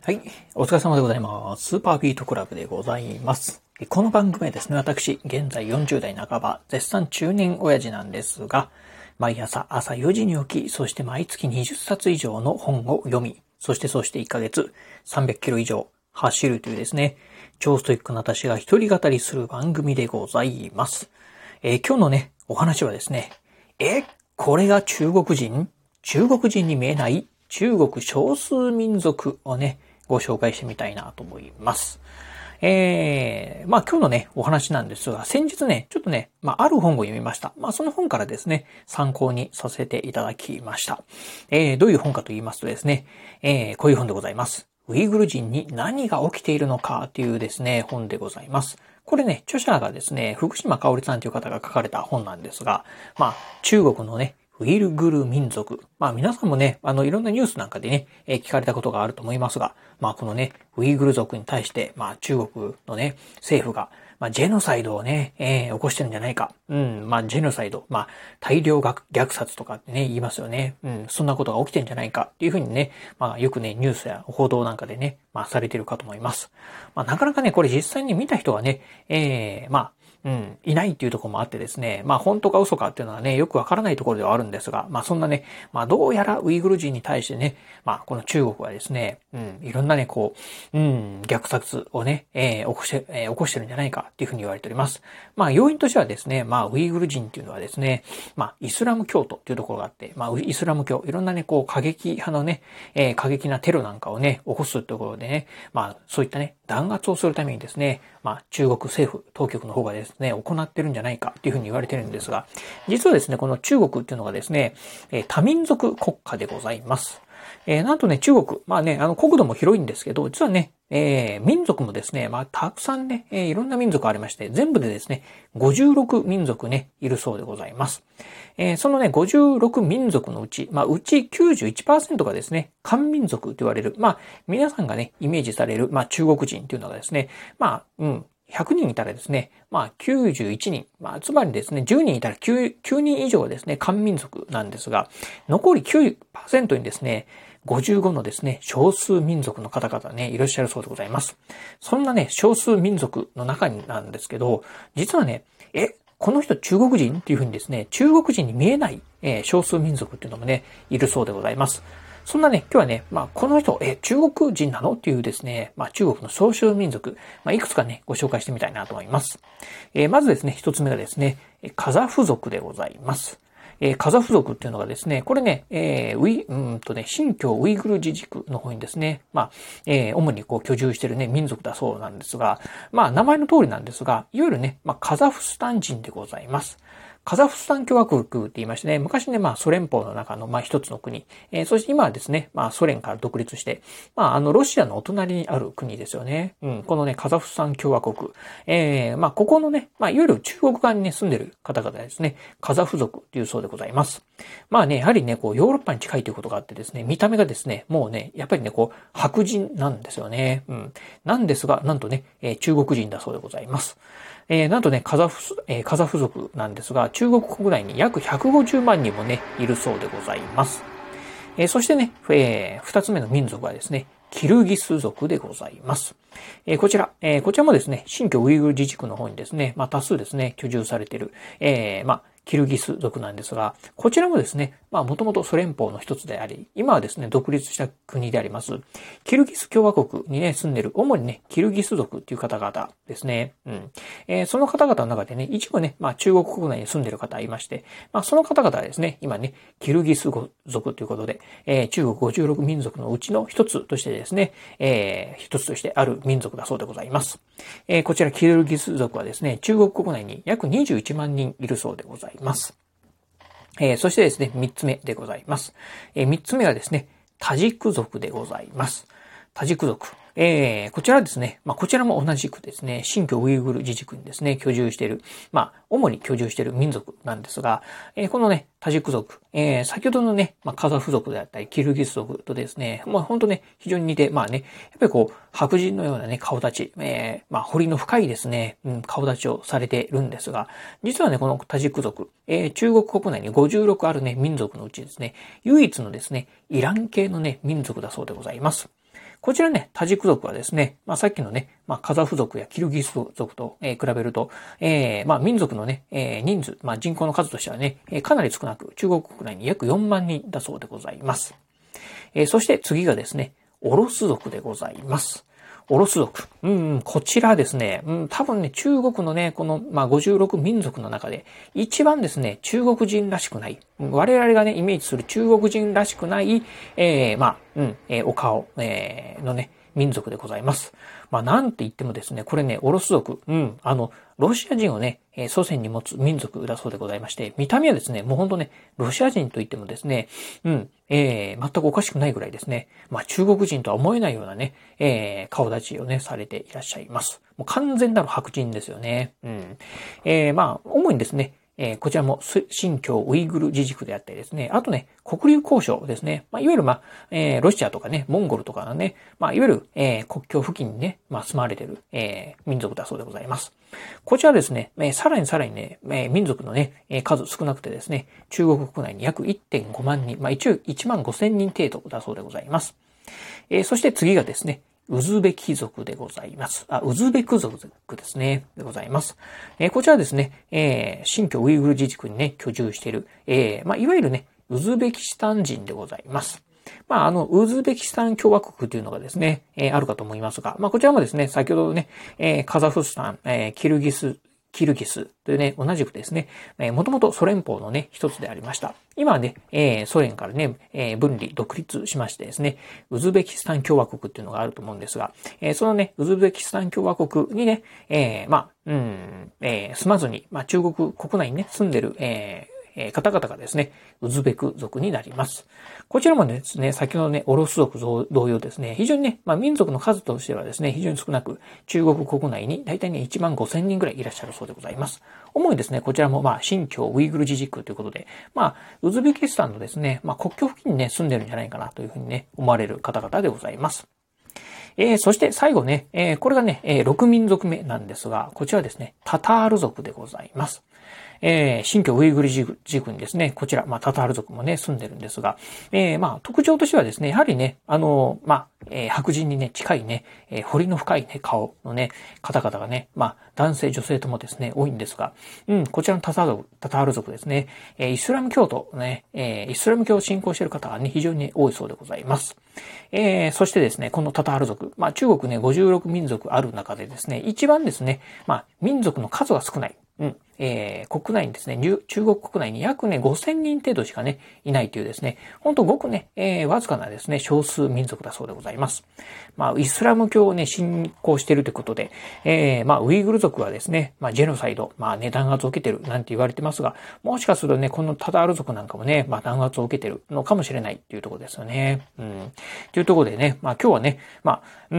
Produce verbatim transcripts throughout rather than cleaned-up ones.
はい。お疲れ様でございます。スーパービートクラブでございます。この番組はですね、私、現在よんじゅう代半ば、絶賛中年親父なんですが、毎朝朝よじに起き、そして毎月にじゅっさつ以上の本を読み、そしてそしていっかげつさんびゃくキロ以上走るというですね、超ストイックな私が一人語りする番組でございます。えー、今日のね、お話はですね、え、これが中国人？中国人に見えない中国少数民族をね、ご紹介してみたいなと思います。えー、まあ今日のね、お話なんですが、先日ね、ちょっとね、まあある本を読みました。まあその本からですね、参考にさせていただきました。えー、どういう本かと言いますとですね、えー、こういう本でございます。ウイグル人に何が起きているのかというですね、本でございます。これね、著者がですね、福島香織さんという方が書かれた本なんですが、まあ中国のね、ウイグル民族。まあ皆さんもね、あのいろんなニュースなんかでね、えー、聞かれたことがあると思いますが、まあこのね、ウイグル族に対して、まあ中国のね、政府が、まあジェノサイドをね、えー、起こしてるんじゃないか。うん、まあジェノサイド、まあ大量虐殺とかってね、言いますよね。うん、そんなことが起きてるんじゃないかっていうふうにね、まあよくね、ニュースや報道なんかでね、まあされてるかと思います。まあなかなかね、これ実際に見た人がね、えー、まあ、うん、いないっていうところもあってですね、まあ本当か嘘かっていうのはね、よくわからないところではあるんですが、まあそんなね、まあどうやらウイグル人に対してね、まあこの中国はですね、うん、いろんなね、こう、うん、虐殺をね、えー、起こして、えー、起こしてるんじゃないかっていうふうに言われております。まあ要因としてはですね、まあウイグル人っていうのはですね、まあイスラム教徒っていうところがあって、まあイスラム教、いろんなね、こう過激派のね、えー、過激なテロなんかをね、起こすというところでね、まあそういったね、弾圧をするためにですね、まあ中国政府、当局の方がですね、行ってるんじゃないかっていうふうに言われてるんですが、実はですね、この中国っていうのがですね、多民族国家でございます。えー、なんとね、中国、まあね、あの国土も広いんですけど、実はね、えー、民族もですね、まあたくさんね、えー、いろんな民族ありまして、全部でですね、ごじゅうろく民族ね、いるそうでございます。えー、そのね、ごじゅうろく民族のうち、まあうち きゅうじゅういちパーセント がですね、漢民族と言われる、まあ皆さんがね、イメージされる、まあ中国人っていうのがですね、まあ、うん、ひゃくにんいたらですね、まあきゅうじゅういちにん、まあつまりですね、じゅうにんいたら 9, 9人以上はですね、漢民族なんですが、残り きゅうパーセント にですね、ごじゅうごのですね、少数民族の方々ね、いらっしゃるそうでございます。そんなね、少数民族の中になんですけど、実はね、え、この人中国人っていうふうにですね、中国人に見えない、えー、少数民族っていうのもね、いるそうでございます。そんなね、今日はね、まあ、この人、え、中国人なのっていうですね、まあ、中国の少数民族、まあ、いくつかね、ご紹介してみたいなと思います。えー、まずですね、一つ目がですね、カザフ族でございます。えー、カザフ族っていうのがですね、これね、えー、ウィ、うんとね、新疆ウイグル自治区の方にですね、まあ、えー、主にこう居住しているね、民族だそうなんですが、まあ、名前の通りなんですが、いわゆるね、まあ、カザフスタン人でございます。カザフスタン共和国って言いましてね、昔ね、まあソ連邦の中のまあ一つの国、えー、そして今はですね、まあソ連から独立して、まああのロシアのお隣にある国ですよね。うん、このね、カザフスタン共和国、えー、まあここのね、まあいわゆる中国側にね、住んでる方々ですね、カザフ族というそうでございます。まあね、やはりね、こうヨーロッパに近いということがあってですね、見た目がですね、もうね、やっぱりね、こう白人なんですよね。うん。なんですが、なんとね、えー、中国人だそうでございます。えー、なんとね、カザフ、えー、カザフ族なんですが、中国国内に約ひゃくごじゅうまんにんもね、いるそうでございます。えー、そしてね、えー、二つ目の民族はですね、キルギス族でございます。えー、こちら、えー、こちらもですね、新疆ウイグル自治区の方にですね、まあ多数ですね、居住されている、えー、まあ、キルギス族なんですが、こちらもですね、まあもともとソ連邦の一つであり、今はですね、独立した国であります、キルギス共和国にね、住んでる、主にね、キルギス族っていう方々ですね。うん。えー、その方々の中でね、一部ね、まあ中国国内に住んでる方いまして、まあその方々はですね、今ね、キルギス族ということで、えー、中国ごじゅうろく民族のうちの一つとしてですね、えー、一つとしてある民族だそうでございます。えー、こちらキルギス族はですね、中国国内に約にじゅういちまんにんいるそうでございます。えー、そしてですね、三つ目でございます。えー、三つ目はですね、タジク族でございます。タジク族。えー、こちらですね、まあ、こちらも同じくですね、新疆ウイグル自治区にですね、居住している、まあ、主に居住している民族なんですが、えー、このね、タジク族、えー、先ほどのね、まあ、カザフ族であったり、キルギス族とですね、まあ、本当ね、非常に似て、まあね、やっぱりこう、白人のようなね、顔立ち、えー、まあ、彫りの深いですね、うん、顔立ちをされているんですが、実はね、このタジク族、えー、中国国内にごじゅうろくあるね、民族のうちですね、唯一のですね、イラン系のね、民族だそうでございます。 こちらね、タジク族はですね、まあさっきのね、まあカザフ族やキルギス族と、えー、比べると、えー、まあ民族のね、えー、人数、まあ人口の数としてはね、えー、かなり少なく、中国国内に約よんまんにんだそうでございます。えー、そして次がですね、オロス族でございます。オロス族。うん、こちらですね、うん、多分ね、中国のね、この、まあ、ごじゅうろく民族の中で、一番ですね、中国人らしくない、我々がね、イメージする中国人らしくない、えー、まあ、うん、えー、お顔、えー、のね、民族でございます。まあ、なんて言ってもですね、これね、オロス族、うん、あの、ロシア人をね、えー、祖先に持つ民族だそうでございまして、見た目はですね、もうほんとね、ロシア人と言ってもですね、うん、えー、全くおかしくないぐらいですね、まあ、中国人とは思えないようなね、えー、顔立ちをね、されていらっしゃいます。もう完全なる白人ですよね。うん。えー、まあ、主にですね、えー、こちらも新疆ウイグル自治区であったりですね。あとね、黒竜交渉ですね。まあ、いわゆるまあ、えー、ロシアとかね、モンゴルとかのね、まあ、いわゆる、えー、国境付近にね、まあ、住まわれている、えー、民族だそうでございます。こちらですね、えー、さらにさらにね、えー、民族のね、えー、数少なくてですね、中国国内に約 いってんごまんにん、まあ、一応いちまんごせんにん程度だそうでございます。えー、そして次がですね、ウズベキ族でございます。あ、ウズベク族ですね。でございます。えー、こちらですね、えー、新疆ウイグル自治区にね、居住している、えー、まあ、いわゆるね、ウズベキスタン人でございます。まあ、あの、ウズベキスタン共和国というのがですね、えー、あるかと思いますが、まあ、こちらもですね、先ほどね、えー、カザフスタン、えー、キルギス、キルギスというね、同じくですね、えー、もともとソ連邦のね、一つでありました。今はね、えー、ソ連からね、えー、分離、独立しましてですね、ウズベキスタン共和国っていうのがあると思うんですが、えー、そのね、ウズベキスタン共和国にね、えー、まあ、うん、えー、住まずに、まあ、中国国内にね、住んでる、えー、えー、方々がですね、ウズベク族になります。こちらもですね、先ほどね、オロス族同様ですね、非常にね、まあ民族の数としてはですね、非常に少なく、中国国内に大体ね、いちまんごせんにんぐらいいらっしゃるそうでございます。主にですね、こちらもまあ、新疆ウイグル自治区ということで、まあ、ウズベキスタンのですね、まあ国境付近にね、住んでるんじゃないかなというふうにね、思われる方々でございます。えー、そして最後ね、えー、これがね、えー、ろく民族目なんですが、こちらはですね、タタール族でございます。えー、新疆ウイグル自治区にですね、こちら、まあ、タタール族もね、住んでるんですが、えー、まあ、特徴としてはですね、やはりね、あの、まあ、えー、白人にね、近いね、えー、彫りの深いね、顔のね、方々がね、まあ、男性、女性ともですね、多いんですが、うん、こちらのタタール族、タタール族ですね、えー、イスラム教徒ね、えー、イスラム教を信仰している方がね、非常に、ね、多いそうでございます。えー、そしてですね、このタタール族、まあ、中国ね、ごじゅうろく民族ある中でですね、一番ですね、まあ、民族の数が少ない。うん。えー、国内にですね、中国国内に約ね、ごせんにん程度しかね、いないというですね、ほんとごくね、えー、わずかなですね、少数民族だそうでございます。まあ、イスラム教をね、信仰しているということで、えー、まあ、ウイグル族はですね、まあ、ジェノサイド、まあね、弾圧を受けてるなんて言われてますが、もしかするとね、このタタール族なんかもね、まあ、弾圧を受けてるのかもしれないっていうところですよね。うん。というところでね、まあ、今日はね、まあ、うん、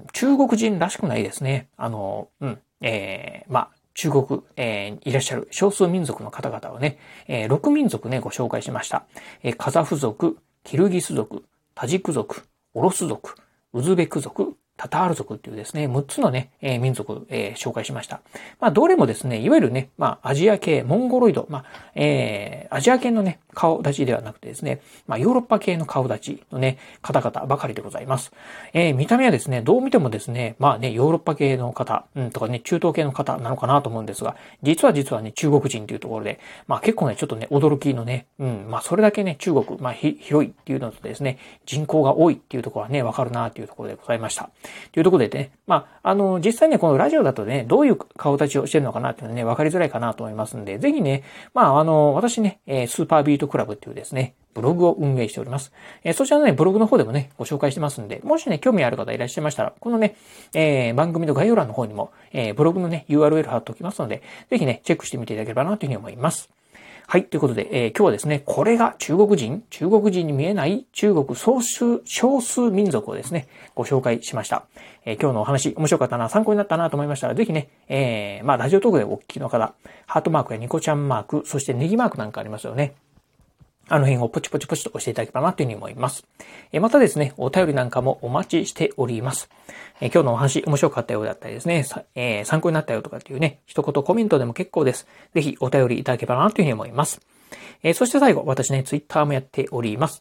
中国人らしくないですね。あの、うん、えー、まあ、中国、えー、いらっしゃる少数民族の方々をね、えー、ろく民族ね、ご紹介しました。えー、カザフ族、キルギス族、タジク族、オロス族、ウズベク族、タタール族っていうですね、むっつのね、えー、民族、えー、紹介しました。まあ、どれもですね、いわゆるね、まあ、アジア系、モンゴロイド、まあ、えー、アジア系のね、顔立ちではなくてですね、まあ、ヨーロッパ系の顔立ちのね、方々ばかりでございます。えー、見た目はですね、どう見てもですね、まあね、ヨーロッパ系の方、うん、とかね、中東系の方なのかなと思うんですが、実は実はね、中国人というところで、まあ結構ね、ちょっとね、驚きのね、うん、まあそれだけね、中国、まあ広いっていうのとですね、人口が多いっていうところはね、わかるなっていうところでございました。というところでね、まあ、あの、実際ね、このラジオだとね、どういう顔立ちをしてるのかなっていうのはね、わかりづらいかなと思いますんで、ぜひね、まあ、あの、私ね、えー、スーパービートクラブっていうですね、ブログを運営しております。えー、そちらのね、ブログの方でもね、ご紹介してますんで、もしね、興味ある方いらっしゃいましたら、このね、えー、番組の概要欄の方にも、えー、ブログのね、ユーアールエル 貼っておきますので、ぜひね、チェックしてみていただければなというふうに思います。はい。ということで、えー、今日はですね、これが中国人、中国人に見えない中国少数、少数民族をですね、ご紹介しました。えー、今日のお話、面白かったな、参考になったなと思いましたら、ぜひね、えー、まあ、ラジオトークでお聞きの方、ハートマークやニコちゃんマーク、そしてネギマークなんかありますよね。あの辺をポチポチポチと押していただければなというふうに思います。またですね、お便りなんかもお待ちしております。今日のお話面白かったようだったりですね、えー、参考になったよとかっていうね、一言コメントでも結構です。ぜひお便りいただければなというふうに思います。そして最後、私ね、ツイッターもやっております。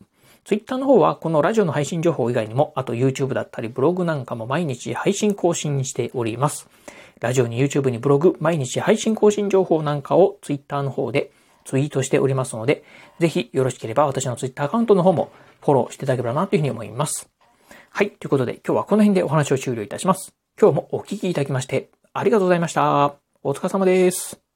Twitter の方はこのラジオの配信情報以外にも、あと YouTube だったりブログなんかも毎日配信更新しております。ラジオに YouTube にブログ、毎日配信更新情報なんかを Twitter の方でツイートしておりますので、ぜひよろしければ私の Twitter アカウントの方もフォローしていただければなというふうに思います。はい。ということで今日はこの辺でお話を終了いたします。今日もお聞きいただきましてありがとうございました。お疲れ様です。